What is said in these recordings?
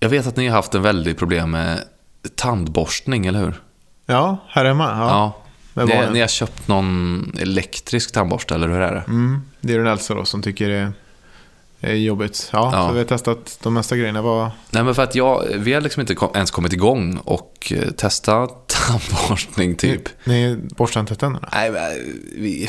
Jag vet att ni har haft en väldigt problem med tandborstning, eller hur? Ja, här hemma. Ja. Ni har köpt någon elektrisk tandborste, eller hur är det? Det är den äldsta då som tycker det är jobbigt. Ja. Så vi har testat de mesta grejerna. Nej, men för att vi har liksom inte ens kommit igång och testa tandborstning typ. Ni borstar inte tänderna? Nej, vi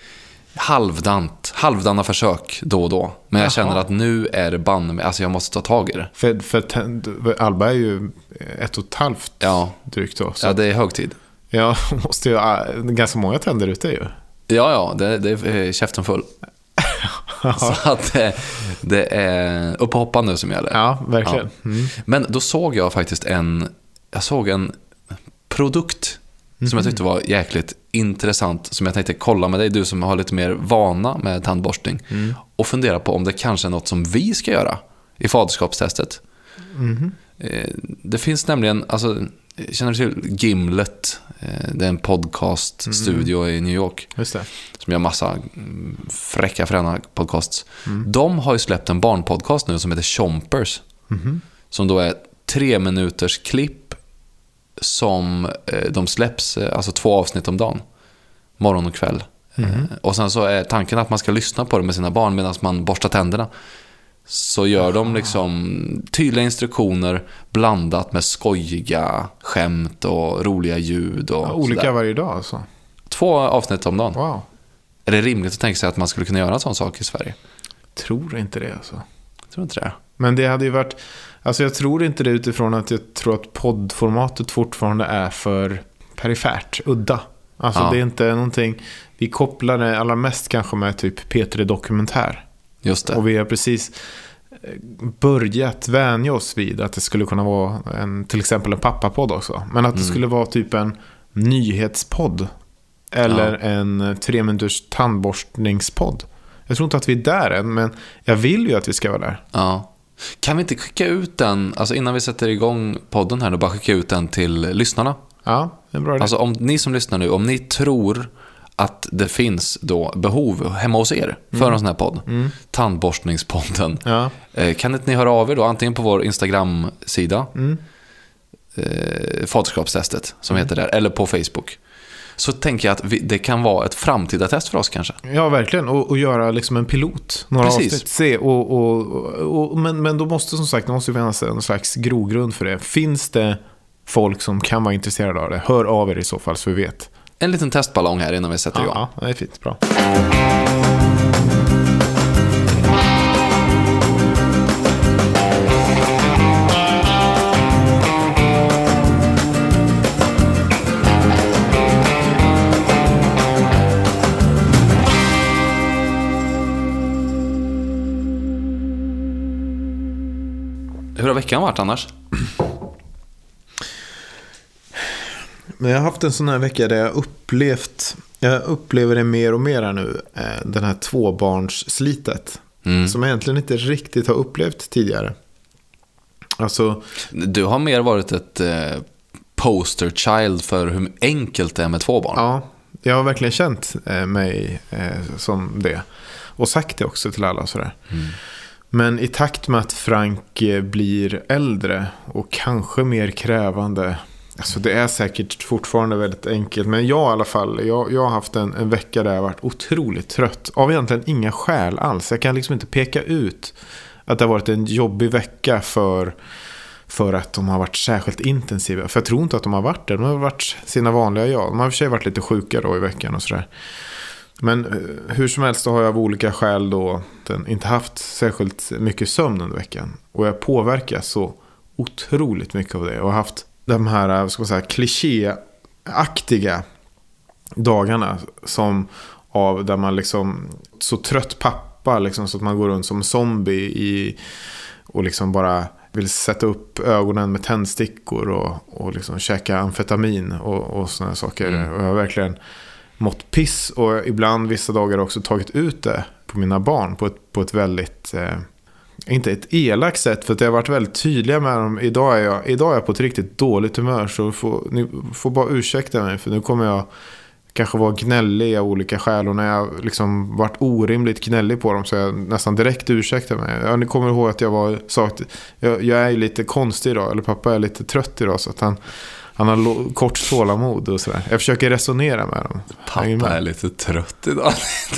halvdana försök då och då. Men jag känner att nu är det banne, alltså jag måste ta tag i det. För Alba är ju 1,5 drygt då. Så ja, det är högtid. Ja, måste ju ganska många tänder ute ju. Ja, det är käften full. Så att det är upp och hoppa nu som gäller. Ja, verkligen. Men då såg jag faktiskt en produkt som jag tyckte var jäkligt intressant, som jag tänkte kolla med dig, du som har lite mer vana med tandborstning, och fundera på om det kanske är något som vi ska göra i faderskapstestet. Det finns nämligen, alltså, känner du till Gimlet? Det är en podcaststudio i New York. Just det. Som gör massa fräcka fräna podcasts. De har ju släppt en barnpodcast nu som heter Chompers. Som då är 3 minuters klipp som de släpps, alltså 2 avsnitt om dagen, morgon och kväll. Och sen så är tanken att man ska lyssna på det med sina barn medan man borstar tänderna. Så gör de liksom tydliga instruktioner blandat med skojiga skämt och roliga ljud och olika sådär. varje dag alltså. 2 avsnitt om dagen. Wow. Är det rimligt att tänka sig att man skulle kunna göra en sån sak i Sverige? Tror inte det alltså. Tror inte det. Men det hade ju varit, alltså jag tror inte det utifrån att jag tror att poddformatet fortfarande är för perifert, udda. Alltså det är inte någonting, vi kopplar det allra mest kanske med typ P3 Dokumentär. Just det. Och vi har precis börjat vänja oss vid att det skulle kunna vara till exempel en pappapodd också. Men att det skulle vara typ en nyhetspodd eller en 3 minuters tandborstningspodd. Jag tror inte att vi är där än, men jag vill ju att vi ska vara där. Ja. Kan vi inte skicka ut den, alltså innan vi sätter igång podden här, då bara skicka ut den till lyssnarna? Ja, det är bra idé. Alltså om ni som lyssnar nu, om ni tror att det finns då behov hemma hos er för en sån här podd, tandborstningspodden, kan inte ni höra av er då, antingen på vår Instagram-sida, faderskapstestet som heter där, eller på Facebook. Så tänker jag att det kan vara ett framtida test för oss kanske. Ja, verkligen. Och göra liksom en pilot. Några avsnitt. Se, men då måste som sagt, det måste finnas en slags grogrund för det. Finns det folk som kan vara intresserade av det? Hör av er i så fall så vi vet. En liten testballong här innan vi sätter igång. Ja, det är fint. Bra. Hur har veckan varit annars? Men jag har haft en sån här vecka där jag upplever det mer och mer här nu, den här 2-barns-slitet som jag egentligen inte riktigt har upplevt tidigare. Alltså, du har mer varit ett poster child för hur enkelt det är med 2 barn. Ja, jag har verkligen känt mig som det. Och sagt det också till alla sådär. Men i takt med att Frank blir äldre och kanske mer krävande, alltså det är säkert fortfarande väldigt enkelt, men jag i alla fall, jag har haft en vecka där jag varit otroligt trött av egentligen inga skäl alls. Jag kan liksom inte peka ut att det har varit en jobbig vecka för att de har varit särskilt intensiva. För jag tror inte att de har varit det. De har varit sina vanliga jag. De har i och för sig varit lite sjuka då i veckan och sådär. Men hur som helst så har jag av olika skäl då inte haft särskilt mycket sömn under veckan. Och jag påverkas så otroligt mycket av det. Och har haft de här, ska man säga, klichéaktiga dagarna som av där man liksom så trött pappa liksom, så att man går runt som zombie och liksom bara vill sätta upp ögonen med tändstickor och liksom käka amfetamin och såna saker. Och jag har verkligen mått piss och ibland vissa dagar också tagit ut det på mina barn på ett väldigt inte ett elakt sätt, för att jag har varit väldigt tydliga med dem. Idag är jag på ett riktigt dåligt humör, så ni får bara ursäkta mig, för nu kommer jag kanske var gnällig av olika skäl, och när jag liksom varit orimligt gnällig på dem så jag nästan direkt ursäktade mig. Ni kommer ihåg att jag sa att jag är lite konstig idag, eller pappa är lite trött idag, så att han har kort tålamod och sådär. Jag försöker resonera med dem. Pappa är lite trött idag.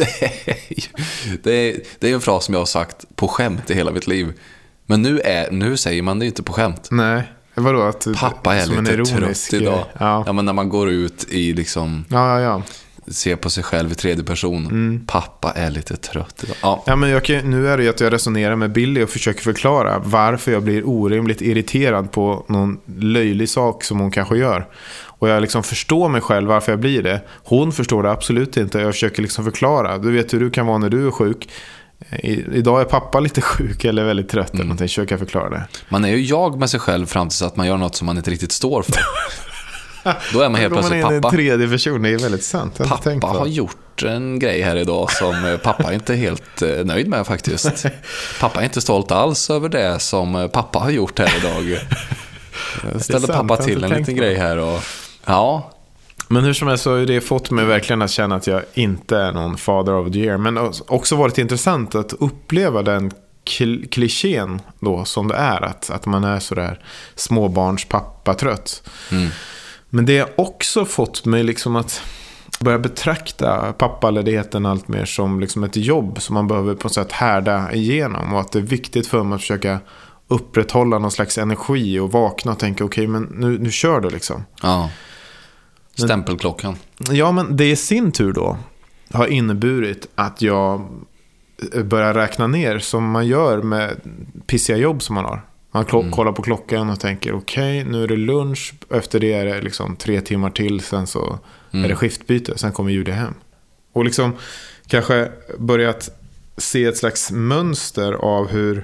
Det är en fras som jag har sagt på skämt i hela mitt liv. Men nu säger man det inte på skämt. Nej. Vadå, att pappa är lite ironisk, trött idag. Ja. Ja, men när man går ut i liksom... Ja. ser på sig själv i tredje person. Pappa är lite trött idag. Ja, men nu är det ju att jag resonerar med Billy och försöker förklara varför jag blir orimligt irriterad på någon löjlig sak som hon kanske gör. Och jag liksom förstår mig själv varför jag blir det. Hon förstår det absolut inte. Jag försöker liksom förklara. Du vet hur du kan vara när du är sjuk. Idag är pappa lite sjuk eller väldigt trött eller någonting. Försöker jag förklara det. Man är ju jag med sig själv fram tills att man gör något som man inte riktigt står för. Då är man helt plötsligt pappa. En tredje person, det är väldigt sant. Pappa har gjort en grej här idag som pappa inte är helt nöjd med faktiskt. Pappa är inte stolt alls över det som pappa har gjort här idag. Ställer pappa till en liten grej här och ja. Men hur som helst så har det fått mig verkligen att känna att jag inte är någon father of the year. Men också varit intressant att uppleva den klichén då som det är att man är sådär småbarns pappa trött. Men det har också fått mig liksom att börja betrakta pappaledigheten allt mer som liksom ett jobb som man behöver på något sätt härda igenom, och att det är viktigt för mig att försöka upprätthålla någon slags energi och vakna och tänka okej, men nu kör du liksom. Ja. Stämpelklockan. Ja, men det i sin tur då har inneburit att jag börjar räkna ner som man gör med pissiga jobb som man har. Man kollar på klockan och tänker okej, nu är det lunch. Efter det är det liksom 3 timmar till. Sen så är det skiftbyte. Sen kommer Julia hem. Och liksom kanske börjat se ett slags mönster av hur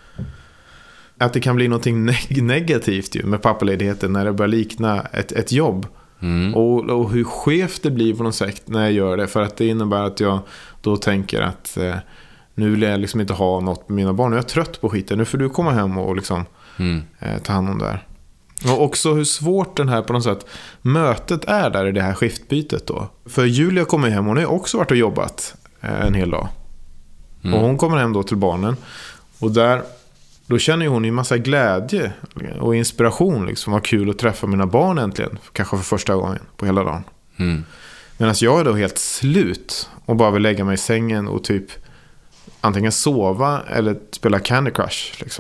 att det kan bli någonting negativt ju med pappaledigheten när det börjar likna ett jobb. Och hur skevt det blir på något sätt när jag gör det. För att det innebär att jag då tänker att nu vill jag liksom inte ha något med mina barn. Nu är jag trött på skiten. Nu får du komma hem och liksom ta hand om det här. Och också hur svårt den här på något sätt mötet är där i det här skiftbytet då. För Julia kommer hem, hon har också varit och jobbat en hel dag. Och hon kommer hem då till barnen. Och då känner ju hon en massa glädje och inspiration liksom. Vad kul att träffa mina barn äntligen. Kanske för första gången på hela dagen. Medan jag är då helt slut och bara vill lägga mig i sängen och typ antingen sova eller spela Candy Crush liksom.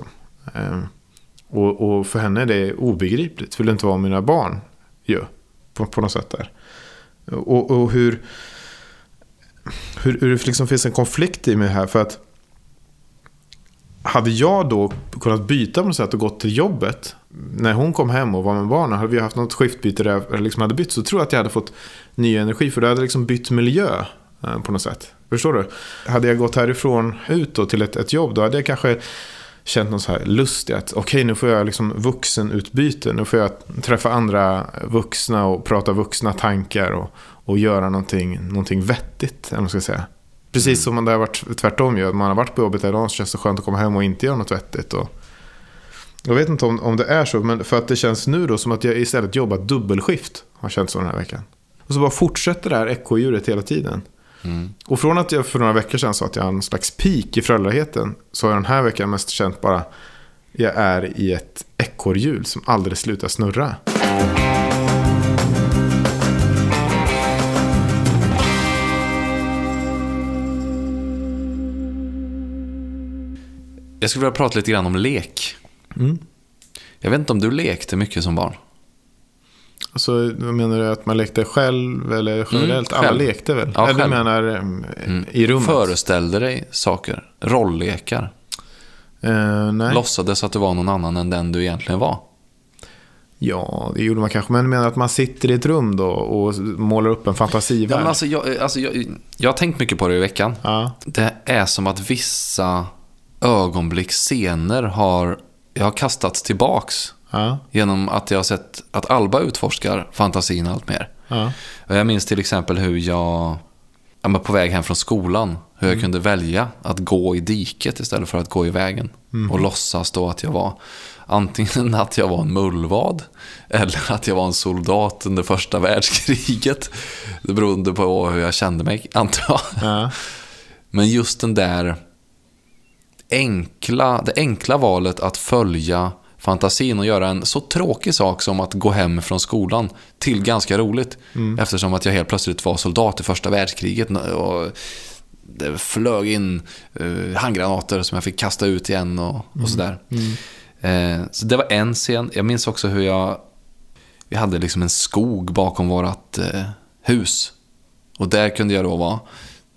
Och för henne är det obegripligt. Vill inte vara mina barn ju, på något sätt där. Och hur det liksom finns en konflikt i mig här. För att hade jag då kunnat byta på något sätt och gått till jobbet när hon kom hem och var med barnen, hade vi haft något skiftbyte där jag liksom hade bytt, så tror jag att jag hade fått ny energi, för det hade liksom bytt miljö på något sätt. Förstår du? Hade jag gått härifrån ut då till ett jobb, då hade jag kanske känt någon så här lust i att okej, nu får jag liksom vuxenutbyte, nu får jag träffa andra vuxna och prata vuxna tankar och göra någonting vettigt, eller man ska säga. Precis som det har varit tvärtom ju. Man har varit på jobbet idag, så känns det skönt att komma hem och inte göra något vettigt. Och jag vet inte om det är så, men för att det känns nu då som att jag istället jobbar dubbelskift, har känts så den här veckan. Och så bara fortsätter det här ekodjuret hela tiden. Och från att jag för några veckor sedan sa att jag har en slags peak i föräldraheten, så har jag den här veckan mest känt bara jag är i ett ekorrhjul som aldrig slutar snurra. Jag skulle vilja prata lite grann om lek. Jag vet inte om du lekte mycket som barn. Alltså, menar du att man lekte själv eller generellt? Alla lekte väl? Ja, eller du menar i rummet? Föreställde dig saker, rolllekar. Nej. Låtsades att du var någon annan än den du egentligen var. Ja, det gjorde man kanske. Men menar att man sitter i ett rum då och målar upp en fantasivärld? Ja, men jag har tänkt mycket på det i veckan. Ja. Det är som att vissa ögonblicksscener har kastats tillbaks. Ja. Genom att jag har sett att Alba utforskar fantasin allt mer. Ja. Och jag minns till exempel hur jag var på väg hem från skolan, hur jag kunde välja att gå i diket istället för att gå i vägen. Och låtsas då att jag var antingen att jag var en mullvad eller att jag var en soldat under första världskriget. Det berodde på hur jag kände mig, antar jag. Ja. Men just den där det enkla valet att följa fantasin och göra en så tråkig sak som att gå hem från skolan till ganska roligt. Eftersom att jag helt plötsligt var soldat i första världskriget och det flög in handgranater som jag fick kasta ut igen och sådär. Så det var en scen. Jag minns också hur vi hade liksom en skog bakom vårat hus. Och där kunde jag då vara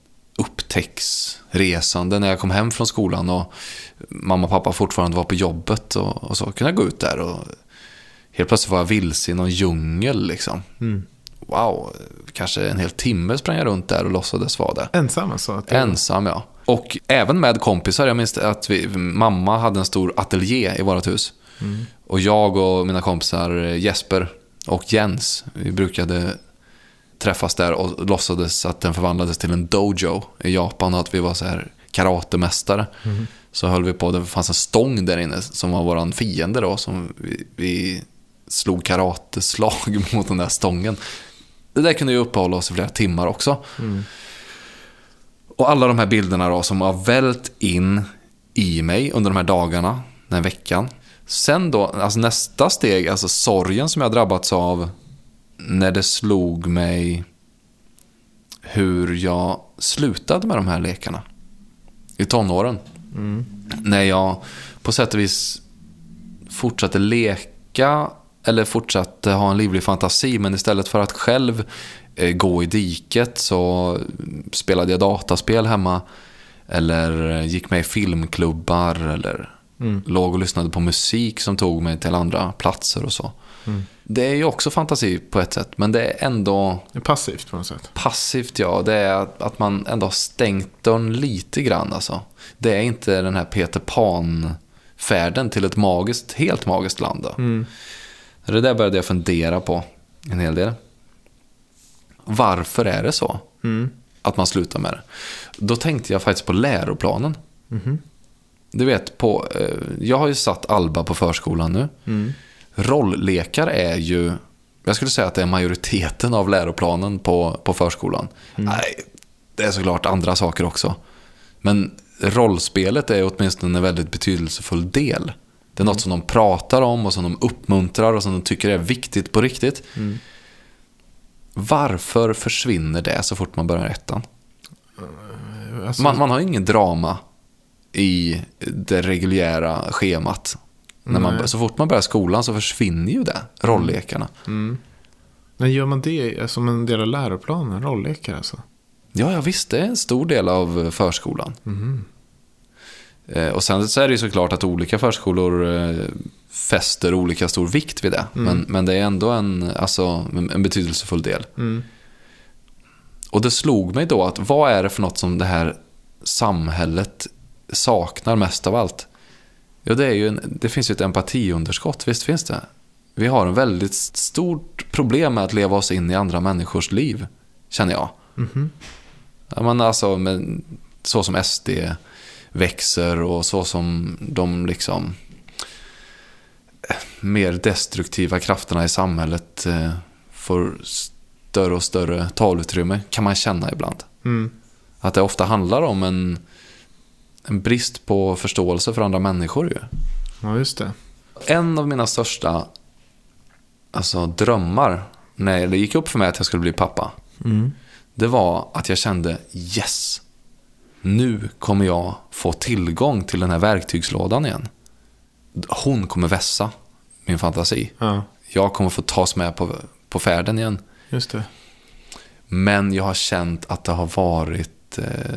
upptäcksresande när jag kom hem från skolan och mamma och pappa fortfarande var på jobbet och så kunde jag gå ut där och helt plötsligt var jag vilse i någon djungel liksom. Wow, kanske en hel timme sprang jag runt där och låtsades vara det. Ensam alltså? Ensam, ja. Och även med kompisar. Jag minns att mamma hade en stor ateljé i vårt hus. Och jag och mina kompisar Jesper och Jens, vi brukade träffas där och låtsades att den förvandlades till en dojo i Japan och att vi var så här karatemästare. Så höll vi på, det fanns en stång där inne som var våran fiende då, som vi slog karateslag mot den där stången. Det där kunde ju uppehålla oss i flera timmar också. Och alla de här bilderna då som har vält in i mig under de här dagarna, den här veckan. Sen då, alltså nästa steg, alltså sorgen som jag drabbats av när det slog mig hur jag slutade med de här lekarna i tonåren. När jag på sätt och vis fortsatte leka eller fortsatte ha en livlig fantasi, men istället för att själv gå i diket så spelade jag dataspel hemma eller gick med i filmklubbar eller låg och lyssnade på musik som tog mig till andra platser och så. Det är ju också fantasi på ett sätt, men det är ändå det är passivt på något sätt. Passivt, ja. Det är att man ändå har stängt dörren lite grann alltså. Det är inte den här Peter Pan-färden till ett helt magiskt land då. Det där började jag fundera på en hel del. Varför är det så? Att man slutar med det? Då tänkte jag faktiskt på läroplanen. Du vet, jag har ju satt Alba på förskolan nu. Rolllekar är ju, jag skulle säga att det är majoriteten av läroplanen på förskolan. Nej, det är såklart andra saker också. Men rollspelet är åtminstone en väldigt betydelsefull del. Det är något som de pratar om och som de uppmuntrar och som de tycker är viktigt på riktigt. Varför försvinner det så fort man börjar ettan? Alltså, Man har ingen drama i det reguljära schemat. Så fort man börjar skolan så försvinner ju det, rolllekarna. Men gör man det som en del av läroplanen, rolllekar alltså? Ja, visst, det är en stor del av förskolan. Och sen så är det ju såklart att olika förskolor fäster olika stor vikt vid det. Men det är ändå en betydelsefull del. Och det slog mig då att vad är det för något som det här samhället saknar mest av allt? Ja, det finns ju ett empatiunderskott, visst finns det. Vi har en väldigt stort problem med att leva oss in i andra människors liv, känner jag. Ja, men alltså, så som SD växer och så som de liksom mer destruktiva krafterna i samhället får större och större talutrymme, kan man känna ibland. Att det ofta handlar om en brist på förståelse för andra människor ju. Ja, just det. En av mina största drömmar när det gick upp för mig att jag skulle bli pappa, det var att jag kände yes, nu kommer jag få tillgång till den här verktygslådan igen. Hon kommer vässa min fantasi. Ja. Jag kommer få tas med på färden igen. Just det. Men jag har känt att det har varit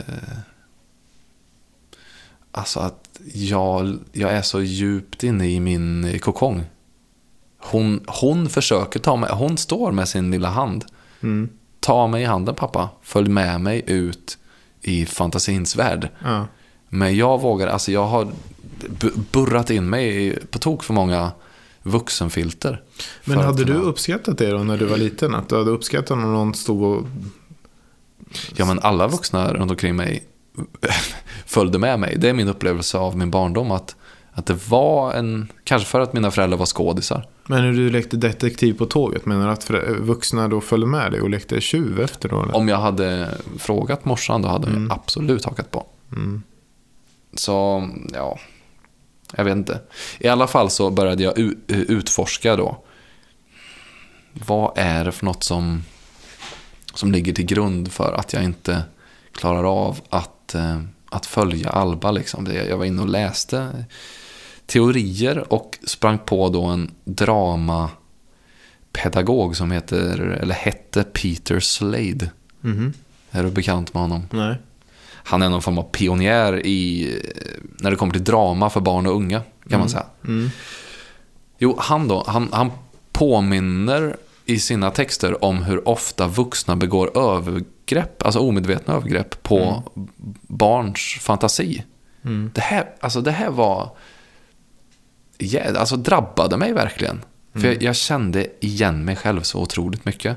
att jag är så djupt inne i min kokong. Hon försöker ta mig, hon står med sin lilla hand. Ta mig i handen, pappa. Följ med mig ut i fantasins värld. Ja. Men jag vågar, jag har burrat in mig på tok för många vuxenfilter. Men hade du uppskattat det då när du var liten? Att du hade uppskattat när någon stod och... Ja, men alla vuxna runt omkring mig följde med mig. Det är min upplevelse av min barndom, Att det var kanske för att mina föräldrar var skådisar. Men när du lekte detektiv på tåget, menar du att vuxna då följde med dig och lekte tjuv efter då? Eller? Om jag hade frågat morsan, då hade jag absolut hakat på. Så, ja, jag vet inte. I alla fall så började jag utforska då. Vad är det för något som ligger till grund för att jag inte klarar av att följa Alba liksom. Jag var inne och läste teorier och sprang på då en dramapedagog som hette Peter Slade. Är du bekant med honom? Nej. Han är någon form av pionjär när det kommer till drama för barn och unga, kan man säga. Jo, han påminner i sina texter om hur ofta vuxna begår övergrepp, alltså omedvetna övergrepp på barns fantasi. Det här var drabbade mig verkligen. För jag kände igen mig själv så otroligt mycket.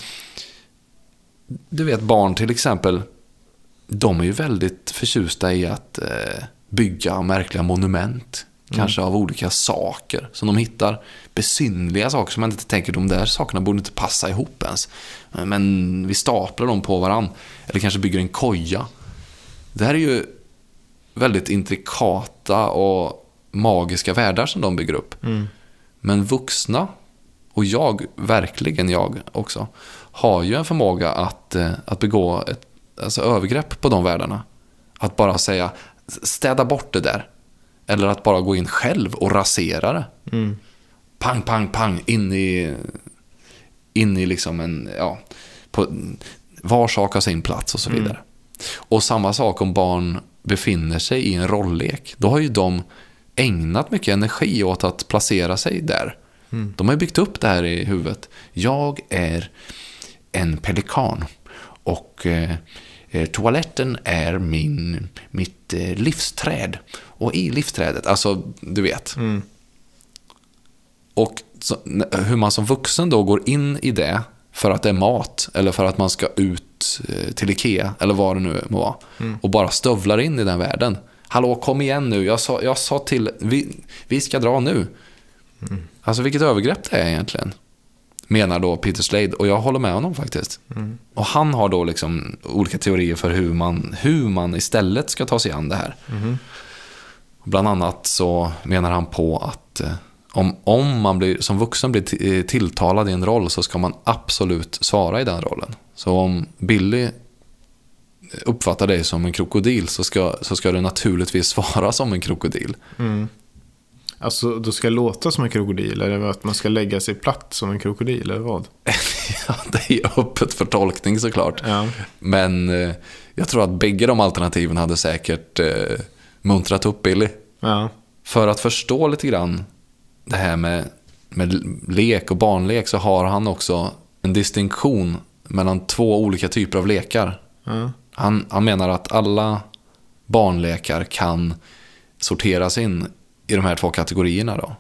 Du vet, barn till exempel, de är ju väldigt förtjusta i att bygga märkliga monument. Kanske av olika saker som de hittar. Besynliga saker som man inte tänker, de där sakerna borde inte passa ihop ens. Men vi staplar dem på varann. Eller kanske bygger en koja. Det här är ju väldigt intrikata och magiska världar som de bygger upp. Men vuxna, och verkligen jag också, har ju en förmåga att begå ett övergrepp på de världarna. Att bara säga, städa bort det där. Eller att bara gå in själv och rasera det. Pang, pang, pang. In i liksom var sak har sin plats och så vidare. Och samma sak om barn befinner sig i en rolllek. Då har ju de ägnat mycket energi åt att placera sig där. De har ju byggt upp det här i huvudet. Jag är en pelikan. Och toaletten är mitt livsträd. Och i livsträdet, alltså du vet. Och hur man som vuxen då går in i det för att det är mat, eller för att man ska ut till Ikea, eller vad det nu må vara, och bara stövlar in i den världen. Hallå, kom igen nu, jag sa till, vi ska dra nu. Alltså vilket övergrepp det är egentligen, menar då Peter Slade, och jag håller med honom faktiskt. Och han har då liksom olika teorier för hur man istället ska ta sig an det här. Bland annat så menar han på att om man som vuxen blir tilltalad i en roll, så ska man absolut svara i den rollen. Så om Billy uppfattar dig som en krokodil, så ska du naturligtvis svara som en krokodil. Alltså, då ska låta som en krokodil, eller att man ska lägga sig platt som en krokodil, eller vad? Ja, det är öppet för tolkning såklart. Men jag tror att bägge de alternativen hade säkert muntrat upp Billy. För att förstå lite grann det här med lek och barnlek, så har han också en distinktion mellan två olika typer av lekar. Han menar att alla barnlekar kan sorteras in i de här två kategorierna då.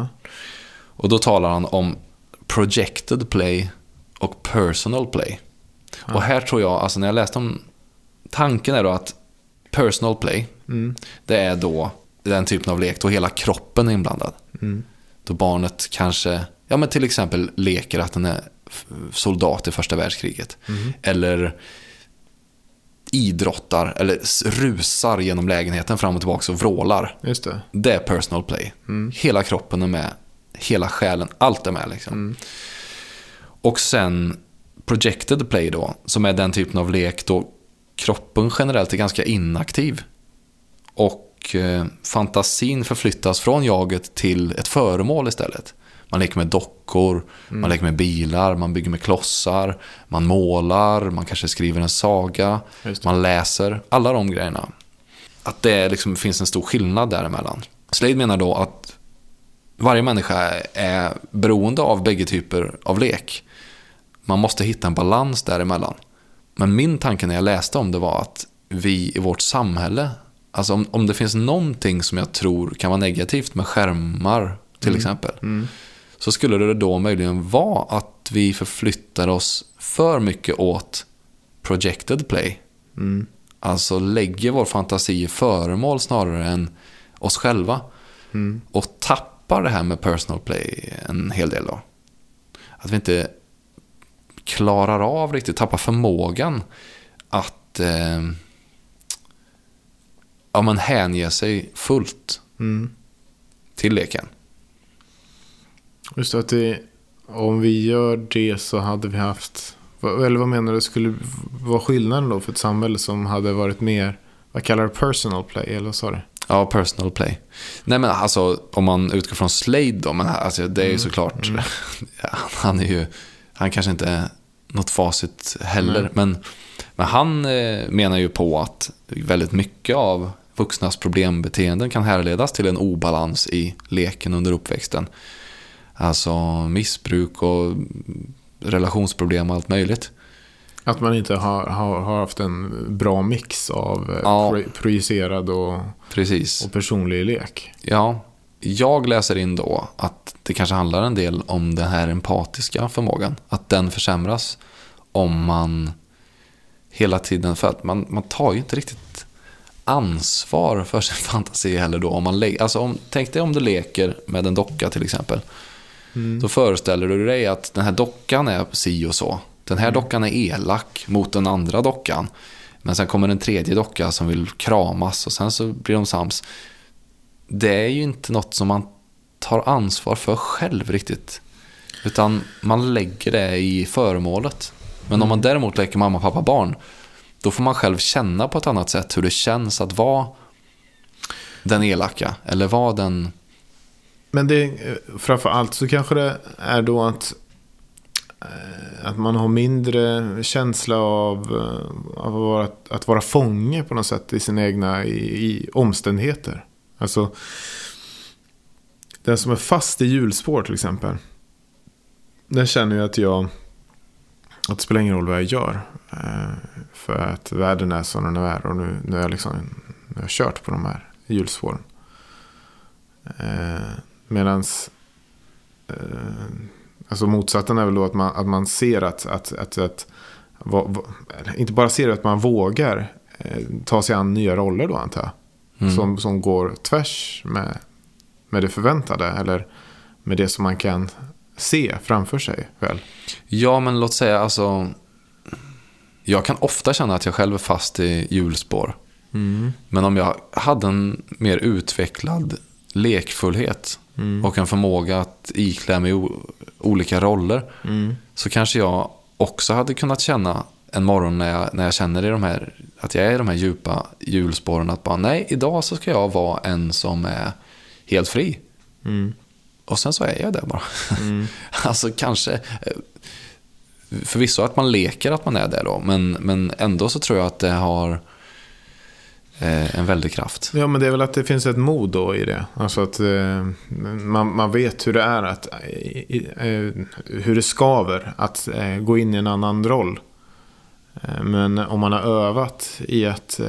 Och då talar han om projected play och personal play. Och här tror jag, alltså när jag läste om, tanken är då att personal play, det är då den typen av lek då hela kroppen är inblandad. Då barnet kanske, men till exempel leker att den är soldat i första världskriget. Eller idrottar eller rusar genom lägenheten fram och tillbaka och vrålar. Just det. Det är personal play. Hela kroppen är med, hela själen, allt är med liksom. Och sen projected play då, som är den typen av lek då kroppen generellt är ganska inaktiv. Och fantasin förflyttas från jaget till ett föremål istället. Man leker med dockor, man leker med bilar, man bygger med klossar, man målar, man kanske skriver en saga, man läser, alla de grejerna. Att det liksom finns en stor skillnad däremellan. Slade menar då att varje människa är beroende av bägge typer av lek. Man måste hitta en balans däremellan. Men min tanke när jag läste om det var att vi i vårt samhälle, alltså om det finns någonting som jag tror kan vara negativt med skärmar till exempel, så skulle det då möjligen vara att vi förflyttar oss för mycket åt projected play. Alltså lägger vår fantasi i föremål snarare än oss själva. och tappar det här med personal play en hel del då. Att vi inte klarar av riktigt, tappar förmågan att man hänger sig fullt till leken. Just att om vi gör det så hade vi haft, eller vad menar du skulle vara skillnaden då för ett samhälle som hade varit mer, vad kallar du personal play, eller vad sa du? Ja, personal play. Nej, men alltså om man utgår från Slade då, men alltså, det är ju såklart han kanske inte är något facit heller, men han menar ju på att väldigt mycket av vuxnas problembeteenden kan härledas till en obalans i leken under uppväxten. Alltså missbruk och relationsproblem och allt möjligt. Att man inte har haft en bra mix av projicerad och personlig lek. Ja, jag läser in då att det kanske handlar en del om den här empatiska förmågan. Att den försämras om man hela tiden, för att man tar ju inte riktigt ansvar för sin fantasi heller då. Om man tänk dig om du leker med en docka till exempel. Då föreställer du dig att den här dockan är si och så. Den här dockan är elak mot den andra dockan. Men sen kommer en tredje docka som vill kramas och sen så blir de sams. Det är ju inte något som man tar ansvar för själv riktigt. Utan man lägger det i föremålet. Men om man däremot leker mamma, pappa, barn, då får man själv känna på ett annat sätt hur det känns att vara den elaka eller vara den. Men framförallt så kanske det är då att man har mindre känsla av att vara fånge på något sätt i sina egna i omständigheter. Alltså den som är fast i hjulspår till exempel, den känner ju att det spelar ingen roll vad jag gör, för att världen är som den är och nu är jag liksom, nu har jag kört på de här hjulspåren. Medans alltså motsatsen är väl då att man ser att inte bara ser att man vågar ta sig an nya roller då, antar jag, som går tvärs med det förväntade eller med det som man kan se framför sig väl. Ja, men låt säga alltså, jag kan ofta känna att jag själv är fast i hjulspår. Men om jag hade en mer utvecklad lekfullhet och en förmåga att iklä mig olika roller, så kanske jag också hade kunnat känna en morgon när jag känner i att jag är i de här djupa hjulspåren, att bara nej, idag så ska jag vara en som är helt fri. Och sen så är jag där bara. Alltså kanske förvisso att man leker att man är där då, men ändå så tror jag att det har en väldig kraft. Ja, men det är väl att det finns ett mod då i det. Alltså att man vet hur det är att hur det skaver att gå in i en annan roll. Men om man har övat i att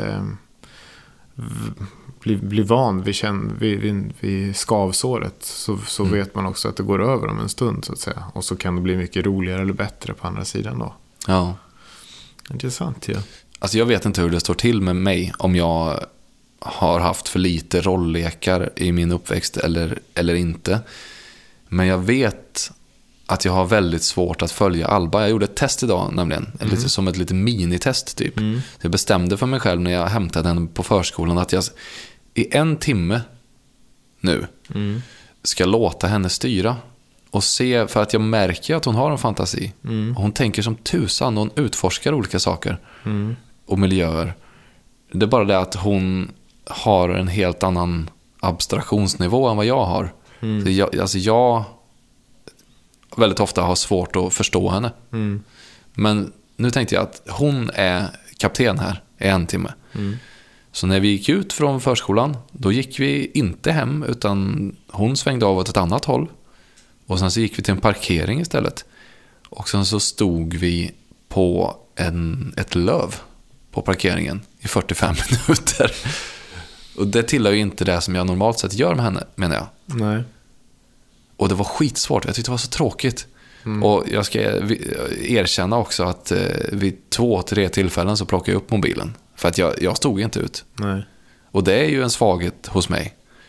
bli van vid skavsåret, så vet man också att det går över om en stund så att säga. Och så kan det bli mycket roligare eller bättre på andra sidan då. Ja. Intressant, ja. Alltså jag vet inte hur det står till med mig, om jag har haft för lite rolllekar i min uppväxt eller inte. Men jag vet att jag har väldigt svårt att följa Alba. Jag gjorde ett test idag nämligen, lite som ett litet minitest typ. Jag bestämde för mig själv när jag hämtade henne på förskolan att jag i 1 timme nu ska låta henne styra och se, för att jag märker att hon har en fantasi. Och hon tänker som tusan och hon utforskar olika saker och miljöer. Det är bara det att hon har en helt annan abstraktionsnivå än vad jag har. Så jag väldigt ofta har svårt att förstå henne. Men nu tänkte jag att hon är kapten här i 1 timme. Så när vi gick ut från förskolan, då gick vi inte hem, utan hon svängde av åt ett annat håll. Och sen så gick vi till en parkering istället. Och sen så stod vi på ett löv på parkeringen i 45 minuter. Och det tillhör ju inte det som jag normalt sett gör med henne, menar jag. Nej. Och det var skitsvårt. Jag tyckte det var så tråkigt. Och jag ska erkänna också att vid 2-3 tillfällen så plockade jag upp mobilen. För att jag stod inte ut. Nej. Och det är ju en svaghet hos mig.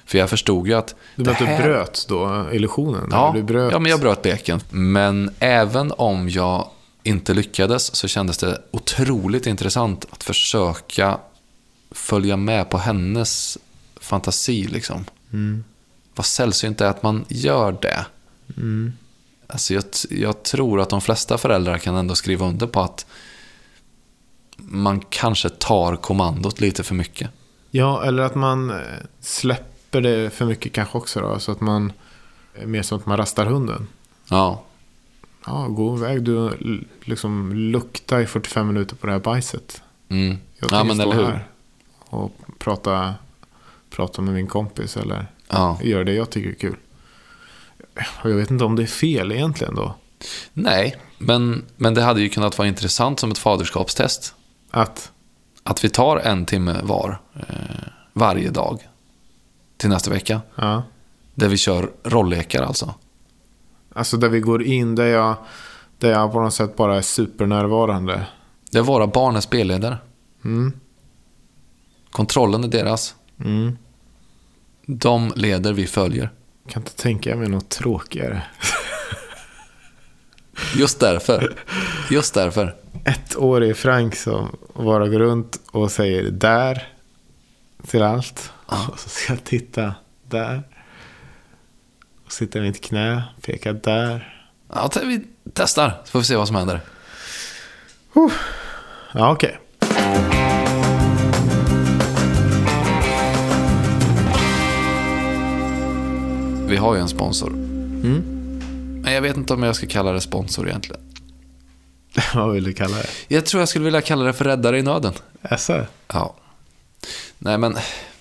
För jag förstod ju att Du bröt då illusionen? Ja, du bröt... ja, men jag bröt leken. Men även om jag inte lyckades så kändes det otroligt intressant att försöka följa med på hennes fantasi liksom. Vad sällsynt är att man gör det. Alltså jag tror att de flesta föräldrar kan ändå skriva under på att man kanske tar kommandot lite för mycket. Ja, eller att man släpper det för mycket kanske också då. Så att man är mer som att man rastar hunden. Ja. Ja, gå iväg. Du liksom luktar i 45 minuter på det här bajset. Jag Ja, men eller hur? här och prata med min kompis eller Ja. göra det jag tycker är kul. Och jag vet inte om det är fel egentligen då. Nej, men det hade ju kunnat vara intressant som ett faderskapstest. Att vi tar 1 timme varje dag till nästa vecka. Ja. Där vi kör rolllekar alltså. Alltså där vi går in där jag på något sätt bara är supernärvarande. Där våra barn är spelledare. Kontrollen är deras. De leder, vi följer. Jag kan inte tänka mig något tråkigare. Just därför. 1-årig Frank som bara går runt och säger där till allt. Och så ska jag titta där. Och sitta i mitt knä, peka där. Ja, vi testar så får vi se vad som händer. Ja, okej. Vi har ju en sponsor. Men jag vet inte om jag ska kalla det sponsor egentligen. Vad vill du kalla det? Jag tror jag skulle vilja kalla det för räddare i nöden. Alltså? Ja. Nej, men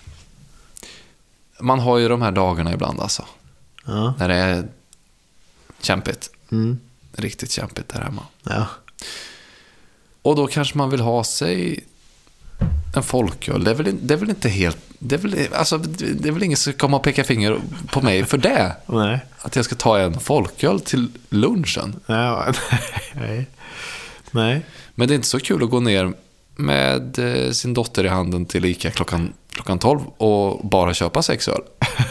man har ju de här dagarna ibland alltså. Ja. När det är kämpigt. Riktigt kämpigt där hemma. Ja. Och då kanske man vill ha sig en folköl. Det är väl inte helt... Det är väl ingen som kommer att peka finger på mig för det. Nej. Att jag ska ta en folköl till lunchen. Ja, nej. Men det är inte så kul att gå ner med sin dotter i handen till Ica klockan 12 och bara köpa 6 öl.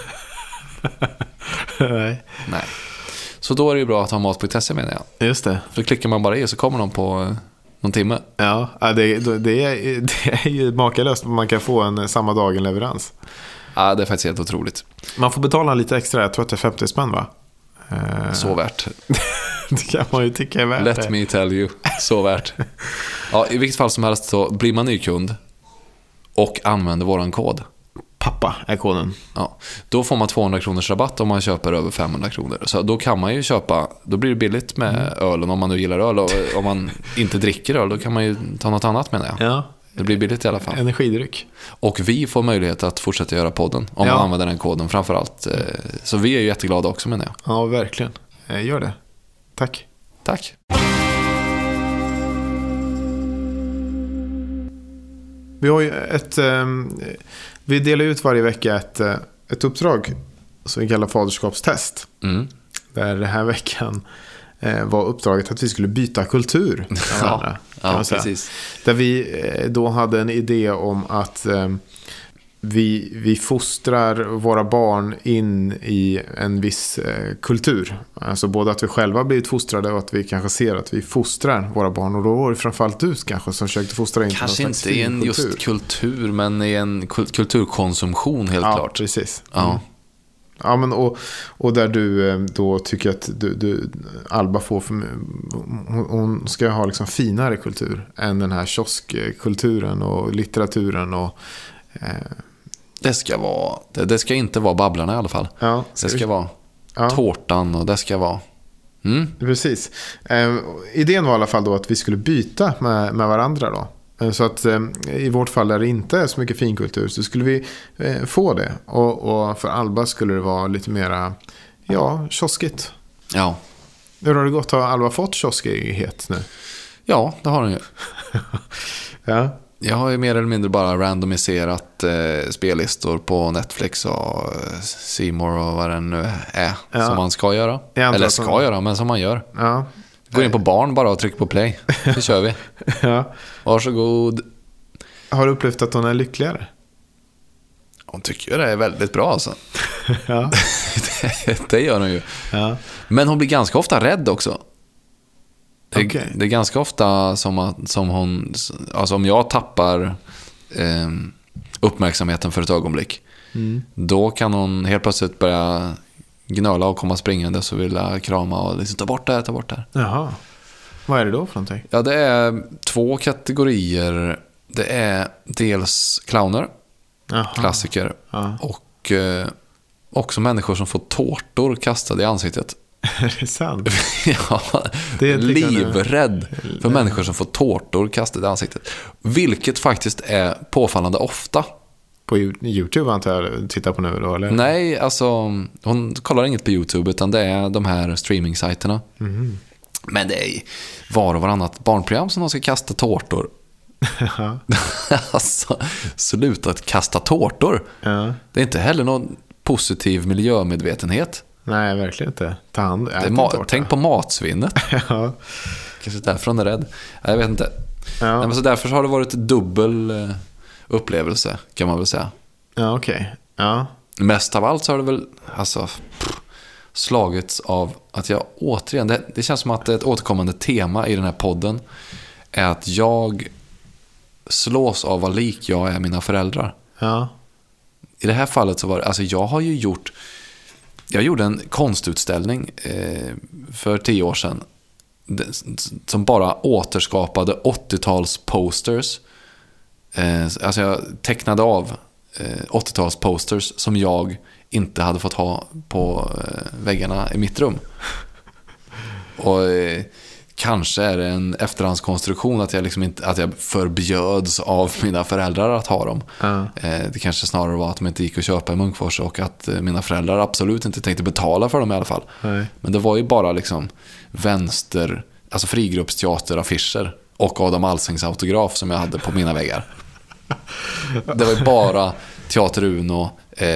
Nej. Så då är det ju bra att ha mat.se, menar jag. Just det. För klickar man bara i så kommer de på någon timme. Ja, det är ju makalöst att man kan få en samma dag en leverans. Ja, det är faktiskt helt otroligt. Man får betala lite extra, jag tror att det är 50 spänn, va? Så värt. Det kan man ju tycka är värt. Let me tell you. Så värt. Ja, i vilket fall som helst så blir man ny kund och använder våran kod. Pappa är koden. Ja, då får man 200 kronors rabatt om man köper över 500 kronor. Så då kan man ju köpa, då blir det billigt med ölen om man nu gillar öl. Och om man inte dricker öl, då kan man ju ta något annat, menar jag. Ja. Det blir billigt i alla fall. Energidryck. Och vi får möjlighet att fortsätta göra podden om man använder den koden framförallt. Så vi är ju jätteglada också, menar jag. Ja, verkligen. Gör det. Tack. Tack. Vi har ju vi delar ut varje vecka ett uppdrag som vi kallar faderskapstest. Där den här veckan var uppdraget att vi skulle byta kultur med varandra. Ja, precis. Där vi då hade en idé om att vi fostrar våra barn in i en viss kultur. Alltså både att vi själva blivit fostrade och att vi kanske ser att vi fostrar våra barn. Och då var det framförallt du kanske som försökte fostra in kanske inte i en kultur. Just kultur, men i en kulturkonsumtion helt klart. Precis. Ja. Ja, men och där du då tycker att Alba får hon ska ha liksom finare kultur än den här kioskkulturen och litteraturen och det ska inte vara Babblarna i alla fall. Ja, det ska vara tårtan och det ska vara Precis. Idén var i alla fall då att vi skulle byta med varandra då. Så att i vårt fall där det inte är så mycket finkultur så skulle vi få det. Och för Alba skulle det vara lite mera, kioskigt. Ja. Hur har det gått? Har Alba fått kioskighet nu? Ja, det har hon ju. Ja. Jag har ju mer eller mindre bara randomiserat spellistor på Netflix och C More och vad det nu är som man ska göra. Eller ska göra, men som man gör. Ja. Gå in på barn bara och tryck på play. Så kör vi. Ja. Varsågod. Har du upplevt att hon är lyckligare? Hon tycker ju det är väldigt bra alltså. Ja. Det gör hon ju. Ja. Men hon blir ganska ofta rädd också. Okej. Det är ganska ofta som hon, alltså om jag tappar uppmärksamheten för ett ögonblick, då kan hon helt plötsligt börja gnöla och komma springande så vill jag krama och liksom, ta bort det. Jaha. Vad är det då för någonting? Ja, det är 2 kategorier. Det är dels clowner, klassiker, och också människor som får tårtor kastade i ansiktet. Är det sant? Ja, det är livrädd för människor som får tårtor kastade i ansiktet. Vilket faktiskt är påfallande ofta. På YouTube antar jag tittar på nu då, eller? Nej, alltså hon kollar inget på YouTube utan det är de här streaming-sajterna. Men det är var och varannat barnprogram som de ska kasta tårtor. Alltså, sluta att kasta tårtor. Ja. Det är inte heller någon positiv miljömedvetenhet. Nej, verkligen inte. Ta hand, tänk på matsvinnet. Ja. Kanske därför hon är rädd. Jag vet inte. Ja. Nej, men så därför har det varit dubbel upplevelse, kan man väl säga. Ja, okej. Ja. Mest av allt så har det väl slagits av att jag återigen, det känns som att ett återkommande tema i den här podden är att jag slås av vad lik jag är mina föräldrar. Ja. I det här fallet så var det, alltså jag gjorde en konstutställning för 10 år sedan som bara återskapade 80-tals posters. Alltså jag tecknade av 80-tals posters som jag inte hade fått ha på väggarna i mitt rum. Och kanske är det en efterhandskonstruktion att jag liksom inte, att jag förbjöds av mina föräldrar att ha dem. Det kanske snarare var att de inte gick att köpa i Munkfors och att mina föräldrar absolut inte tänkte betala för dem i alla fall. Nej. Men det var ju bara liksom alltså frigruppsteateraffischer och Adam Alsings autograf som jag hade på mina väggar. Det var ju bara Teater Uno,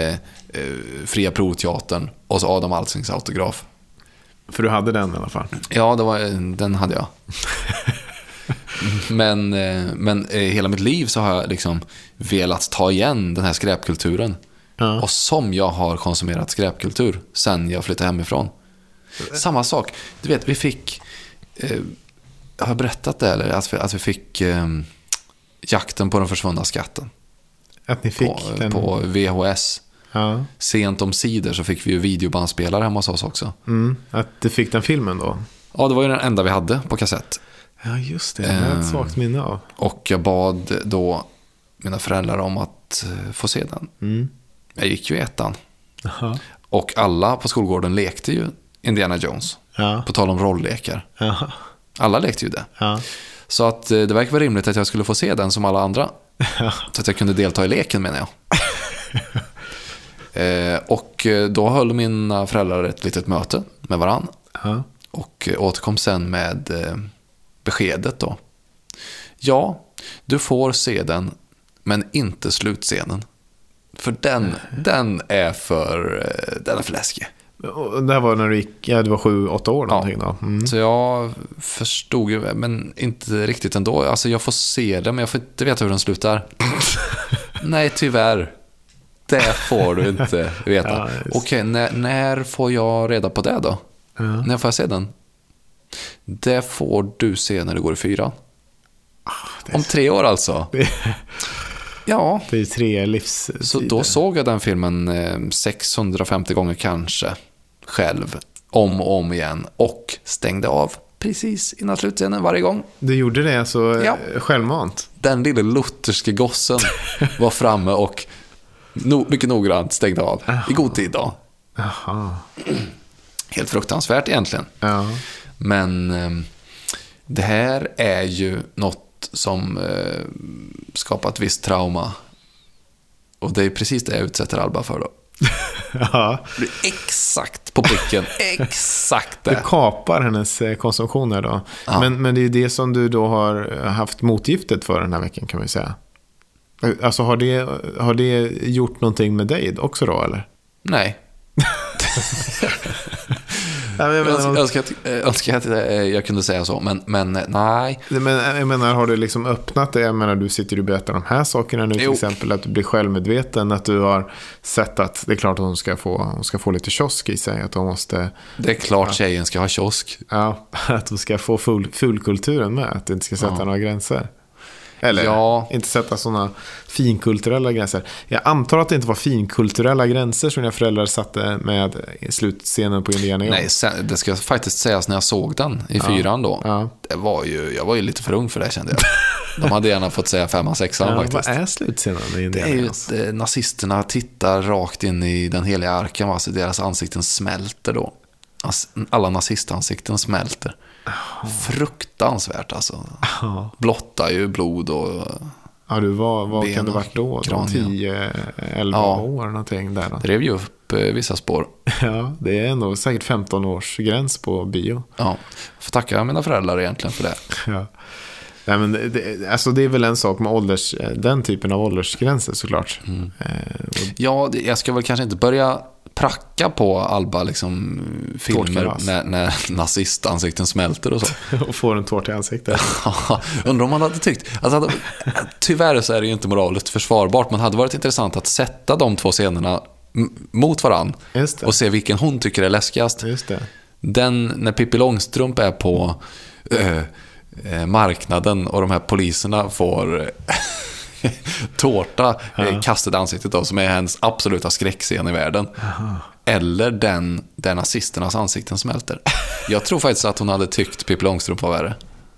Fria Proteatern och så Adam Alsings autograf. För du hade den i alla fall? Ja, den hade jag. Men hela mitt liv så har jag liksom velat ta igen den här skräpkulturen. Ja. Och som jag har konsumerat skräpkultur sen jag flyttade hemifrån. Samma sak. Du vet, vi fick... jag har berättat det, eller? Att vi fick jakten på den försvunna skatten. Att ni fick den? På VHS. Ja. Sent om sidor så fick vi ju videobandspelare hemma hos oss också. Att du fick den filmen då? Ja, det var ju den enda vi hade på kassett. Ja, just det. Det är ett svagt minne av. Och jag bad då mina föräldrar om att få se den. Jag gick ju i 1:an. Aha. Och alla på skolgården lekte ju Indiana Jones. Ja. På tal om rolllekar. Aha. Alla lekte ju det. Ja. Så att det verkar vara rimligt att jag skulle få se den som alla andra. Ja. Så att jag kunde delta i leken, menar jag. Och då höll mina föräldrar ett litet möte med varann. Ja. Och återkom sen med beskedet då. Ja, du får se den, men inte slutscenen. För den är för läskig. Och det här var när du gick, du var 7-8 år någonting då. Så jag förstod ju, men inte riktigt ändå. Alltså jag får se det, men jag får inte veta hur den slutar. Nej, tyvärr. Det får du inte veta. Ja, okej, när får jag reda på det då? Ja. När får jag se den? Det får du se när du går i 4. Om 3 år alltså. Ja. Det är 3 livstider. Så då såg jag den filmen 650 gånger kanske själv, om och om igen, och stängde av precis innan slutscenen varje gång. Du gjorde det så självmant? Den lilla lutherske gossen var framme och mycket noggrant stängde av. I god tid då. Aha. Helt fruktansvärt egentligen. Ja. Men det här är ju något som skapat visst trauma. Och det är precis det jag utsätter Alba för då. Ja. Det är exakt på pricken. Exakt det. Du kapar hennes konsumtioner då. Ja. Men det är det som du då har haft motgiftet för den här veckan, kan man säga. Alltså har det gjort någonting med dig också då, eller? Nej. Jag önskar att jag kunde säga så, men nej. Men jag menar, har det liksom öppnat det? Jag menar, du sitter och berättar de här sakerna nu, till exempel att du blir självmedveten, att du har sett att det är klart att hon ska få lite kiosk i sig, att hon måste... Det är klart tjejen ska ha kiosk. Ja, att hon ska få fulkulturen med, att det inte ska sätta några gränser. Eller inte sätta sådana finkulturella gränser. Jag antar att det inte var finkulturella gränser som mina föräldrar satte med i slutscenen på Indiana Jones. Nej, det ska faktiskt sägas, när jag såg den i 4:an då. Ja. Jag var ju lite för ung för det, kände jag. De hade gärna fått säga 5:an, 6:an faktiskt. Vad är slutscenen i Indiana Jones? Det är ju nazisterna tittar rakt in i den heliga arken, alltså deras ansikten smälter då. Alla nazistansikten smälter. Fruktansvärt alltså. Blottar ju blod och... Ja, vad kan det varit då? 10-11 år någonting där. Det drev ju upp vissa spår. Ja, det är nog säkert 15 års gräns på bio. Ja, får tacka mina föräldrar egentligen för det. Ja. Nej, men det är väl en sak med den typen av åldersgränser såklart. Ja, jag ska väl kanske inte börja pracka på Alba liksom filmer när nazistansikten smälter och så. Och får en tårt i ansiktet. Undrar om man hade tyckt alltså, tyvärr så är det ju inte moraliskt försvarbart, men hade varit intressant att sätta de två scenerna mot varann och se vilken hon tycker är läskigast. Just det. Den när Pippi Långstrump är på marknaden och de här poliserna får tårta kastade ansiktet av, som är hennes absoluta skräckscen i världen. Eller den där nazisternas ansikten smälter. Jag tror faktiskt att hon hade tyckt Pippi Långstrump var värre.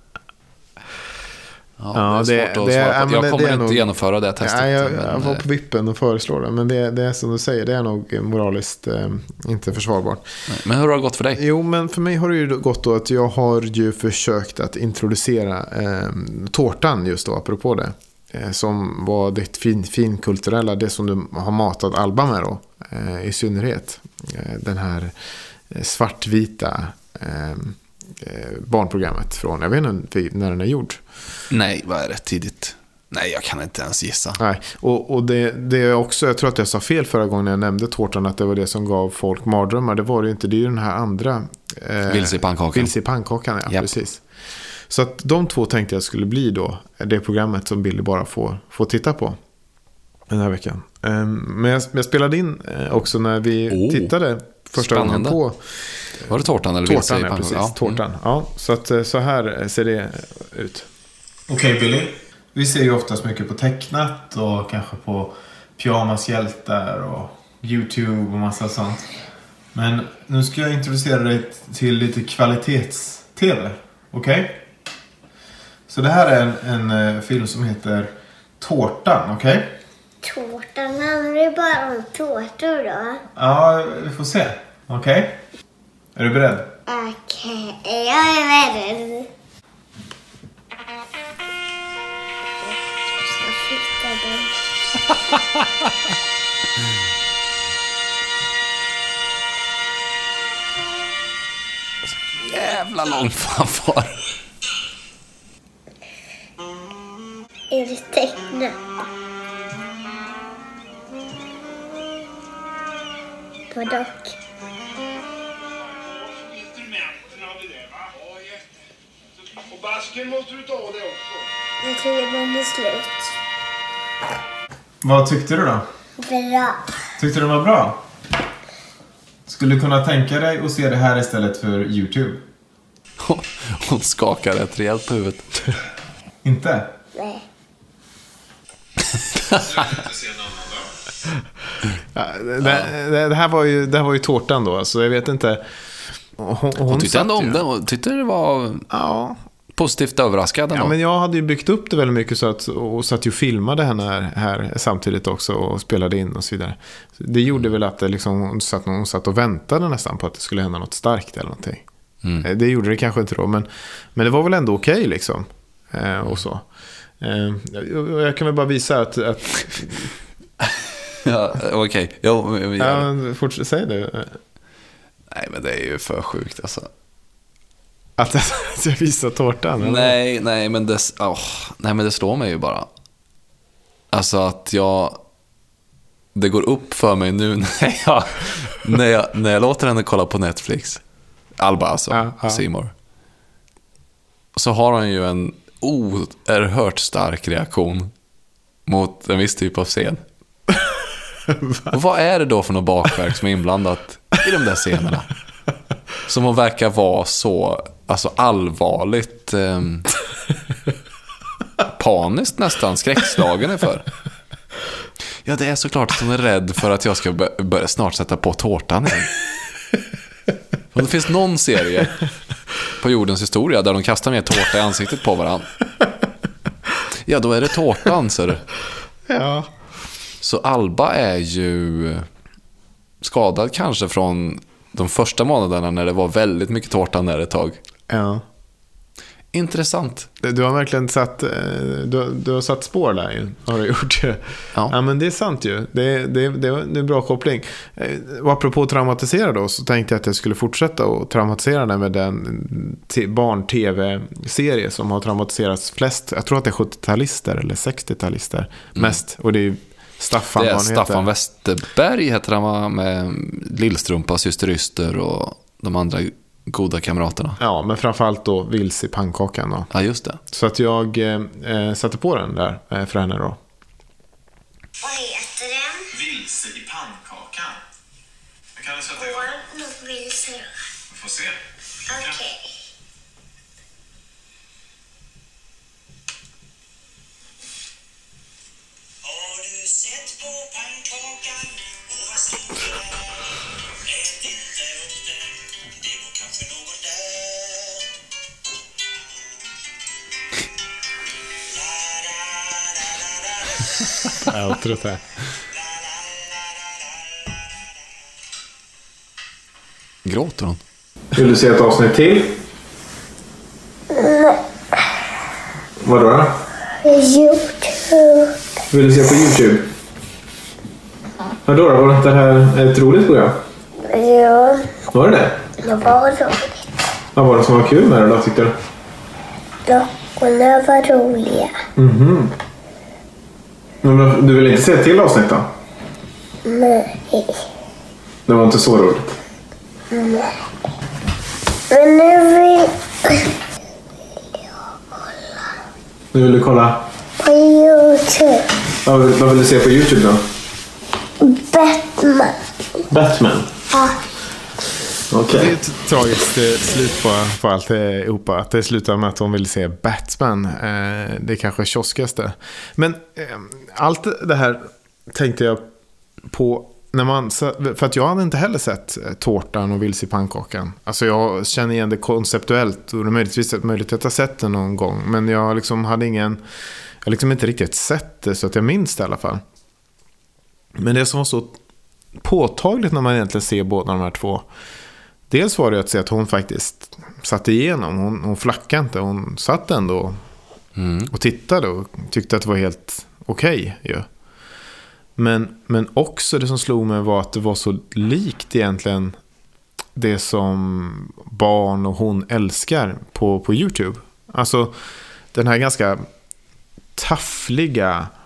Det är svårt att svara på. Jag kommer inte genomföra det testet. Jag var på vippen och föreslår det. Men det är som du säger, det är nog moraliskt inte försvarbart. Men hur har det gått för dig? Jo, men för mig har det ju gått då att jag har ju försökt att introducera tårtan just då, apropå det. Som var det finkulturella, det som du har matat Alba med då, i synnerhet. Den här svartvita barnprogrammet från, jag vet inte när den är gjord. Nej, vad är det, tidigt? Nej, jag kan inte ens gissa. Nej, och det är också, jag tror att jag sa fel förra gången när jag nämnde tårtan, att det var det som gav folk mardrömmar. Det var det ju inte, det är ju den här andra Vilse i pannkakan, ja, precis. Så att de två tänkte jag skulle bli då det programmet som Billy bara får titta på den här veckan. Men jag spelade in också när vi tittade första gången på... Var det tårtan eller tårtan? Ja, precis. Tårtan. Ja, så att så här ser det ut. Okej, Billy. Vi ser ju oftast mycket på tecknat och kanske på pyjamashjältar och YouTube och massa sånt. Men nu ska jag introducera dig till lite kvalitets-tv. Okej? Så det här är en film som heter Tårtan, okej? Tårtan, handlar det bara om tårtor då? Ja, vi får se. Okej? Är du beredd? Okej, jag är beredd. Jag ska flytta den. Jävla lång fanfar. Är det tecknat? Vadå? Och basken måste du ta det också. Jag tror den är slut. Vad tyckte du då? Bra. Tyckte du det var bra? Skulle du kunna tänka dig att se det här istället för YouTube? Hon skakar rätt rejält på huvudet. Inte? Nej. Det här var ju tårtan då, så jag vet inte. Hon tyckte ändå om det. Hon tyckte det var positivt överraskad ändå. Ja, men jag hade ju byggt upp det väldigt mycket och satt ju och filmade henne här samtidigt också och spelade in och så vidare. Det gjorde väl att det liksom, hon satt och väntade nästan på att det skulle hända något starkt eller någonting. Det gjorde det kanske inte då, men det var väl ändå okej liksom. Och så. Jag kan väl bara visa att ja, okej. Fortsätt, säg det. Nej, men det är ju för sjukt alltså. Att jag visar tårtan? Eller? Nej, men det slår mig ju bara. Alltså att det går upp för mig nu när jag låter henne kolla på Netflix. Alba alltså, Seymour. Så har han ju en oerhört stark reaktion mot en viss typ av scen. Och vad är det då för något bakverk som är inblandat i de där scenerna? Som hon verkar vara så allvarligt paniskt nästan skräckslagen för. Ja, det är såklart att hon är rädd för att jag ska börja snart sätta på tårtan igen. Och det finns någon serie på jordens historia där de kastar ner tårta i ansiktet på varandra. Ja, då är det tårtan, så det. Ja. Så Alba är ju skadad kanske från de första månaderna när det var väldigt mycket tårtan där ett tag. Ja. Intressant. Du har verkligen satt du har satt spår där ju. Har du gjort det? Ja, men det är sant ju. Det är en bra koppling. Och apropå traumatisera då, så tänkte jag att jag skulle fortsätta och traumatisera den med den barn-tv-serie som har traumatiserats flest. Jag tror att det är 70-talister eller 60-talister mest. Och det är Staffan. Det är Staffan Westerberg heter han, med Lillstrumpa, Syster Yster och de andra goda kamraterna. Ja, men framförallt då Vilse i pannkakan då. Ja, just det. Så att jag satte på den där för henne då. Vad heter den? Vilse i pannkakan. Jag kan sätta igång. Var nog vilse då? Vi får se. Okej. Har du sett på pannkakan? Och vad stod det där? Ät inte upp den. Det var kanske någon där. Jag tror det. Gråter hon? Vill du se ett avsnitt till? Vadå då? YouTube. Vill du se på YouTube? Vadå då? Var det inte det här ett roligt program? Ja, Var det det? det var roligt. Vad var det som var kul med det då, tyckte du? Dockorna var roliga. Men du vill inte se ett till avsnitt då? Nej. Det var inte så roligt. Men nu vill Nu vill du kolla. på YouTube. Vad vill du se på YouTube då? Batman. Batman. Ja. Okej. Det är ett tragiskt slut på allt ihop. Att det slutar med att hon vill se Batman. Det är kanske kioskaste. Men allt det här tänkte jag på när man, för att jag hade inte heller sett tårtan och Vilse i pannkakan. Alltså jag känner igen det konceptuellt och det är möjligtvis möjligt att jag sett det någon gång. Men jag liksom hade jag liksom inte riktigt sett det så att jag minns det i alla fall. Men det som var så påtagligt när man egentligen ser båda de här två. Dels var det att se att hon faktiskt satt igenom. Hon flackade inte. Hon satt ändå och tittade och tyckte att det var helt okej. Ja. Men också det som slog mig var att det var så likt egentligen det som barn och hon älskar på YouTube. Alltså den här ganska taffliga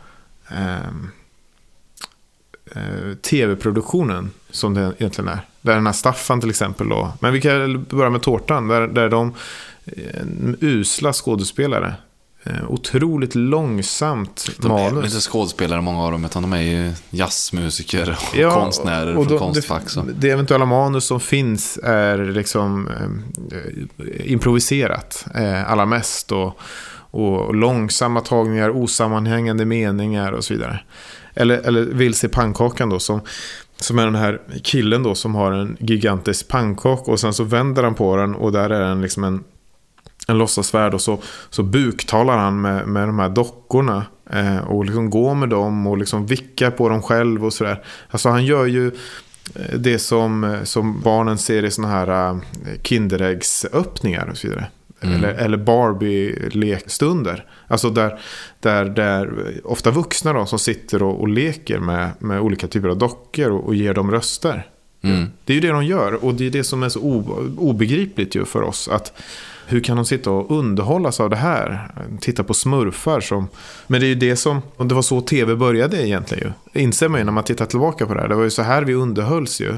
tv-produktionen som det egentligen är. Där den här Staffan till exempel då. Men vi kan börja med tårtan. Där de usla skådespelare. Otroligt långsamt manus. De är inte skådespelare många av dem, utan de är ju jazzmusiker och konstnärer och från konstfack. Det eventuella manus som finns är liksom improviserat allra mest och långsamma tagningar, osammanhängande meningar och så vidare. Eller Vilse i pannkakan då som är den här killen då som har en gigantisk pannkaka och sen så vänder han på den och där är den liksom en låtsasvärld och så buktalar han med de här dockorna och liksom går med dem och liksom vickar på dem själv och sådär. Alltså han gör ju det som barnen ser i såna här kinderäggsöppningar och så vidare. Eller Barbie-lekstunder. Alltså där ofta vuxna då, som sitter och leker med olika typer av dockor och ger dem röster. Det är ju det de gör. Och det är det som är så obegripligt ju för oss. Att hur kan de sitta och underhållas av det här? Titta på smurfar men det är ju det som, och det var så tv började egentligen ju. Inser man ju när man tittar tillbaka på det här. Det var ju så här vi underhölls ju.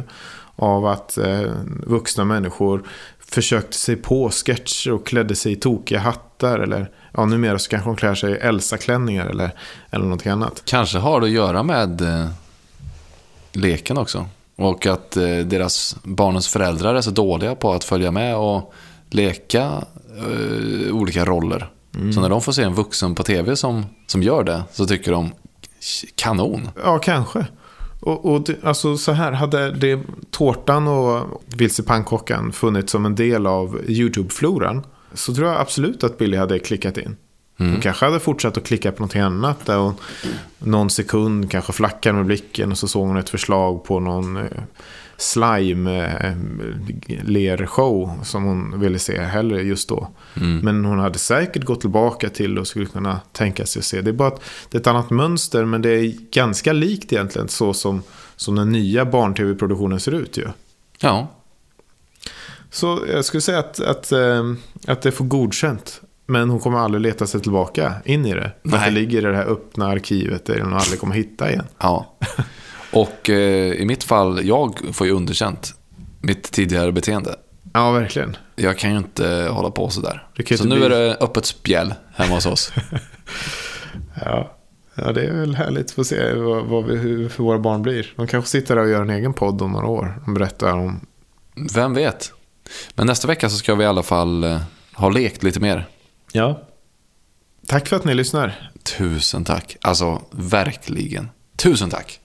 av att vuxna människor försökte sig på sketcher och klädde sig i tokiga hattar eller numera så kanske de klär sig i Elsa-klänningar eller någonting annat. Kanske har det att göra med leken också. Och att barnens föräldrar är så dåliga på att följa med och leka olika roller. Så när de får se en vuxen på tv som gör det, så tycker de kanon. Ja, kanske. Och alltså så här, hade det tårtan och vilsepannkakan funnits som en del av YouTube-floran, så tror jag absolut att Billy hade klickat in. Hon kanske hade fortsatt att klicka på något annat där och någon sekund kanske flackade med blicken och så såg hon ett förslag på någon slime-lershow som hon ville se hellre just då. Men hon hade säkert gått tillbaka till och skulle kunna tänka sig att se. Det är bara att det är ett annat mönster, men det är ganska likt egentligen så som den nya barn-tv-produktionen ser ut ju. Ja. Så jag skulle säga att det får godkänt. Men hon kommer aldrig leta sig tillbaka in i det. För att det ligger i det här öppna arkivet där hon aldrig kommer hitta igen. Ja. Och i mitt fall, jag får ju underkänt mitt tidigare beteende. Ja, verkligen. Jag kan ju inte hålla på så där. Så nu bli... är det öppet spjäll hemma hos oss. Ja, det är väl härligt att se hur våra barn blir. De kanske sitter där och gör en egen podd om några år. De berättar om... Vem vet? Men nästa vecka så ska vi i alla fall ha lekt lite mer. Ja. Tack för att ni lyssnar. Tusen tack. Alltså, verkligen. Tusen tack.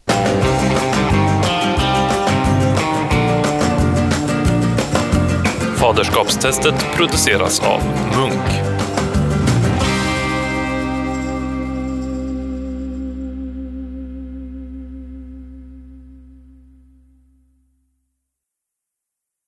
Faderskapstestet produceras av Munk.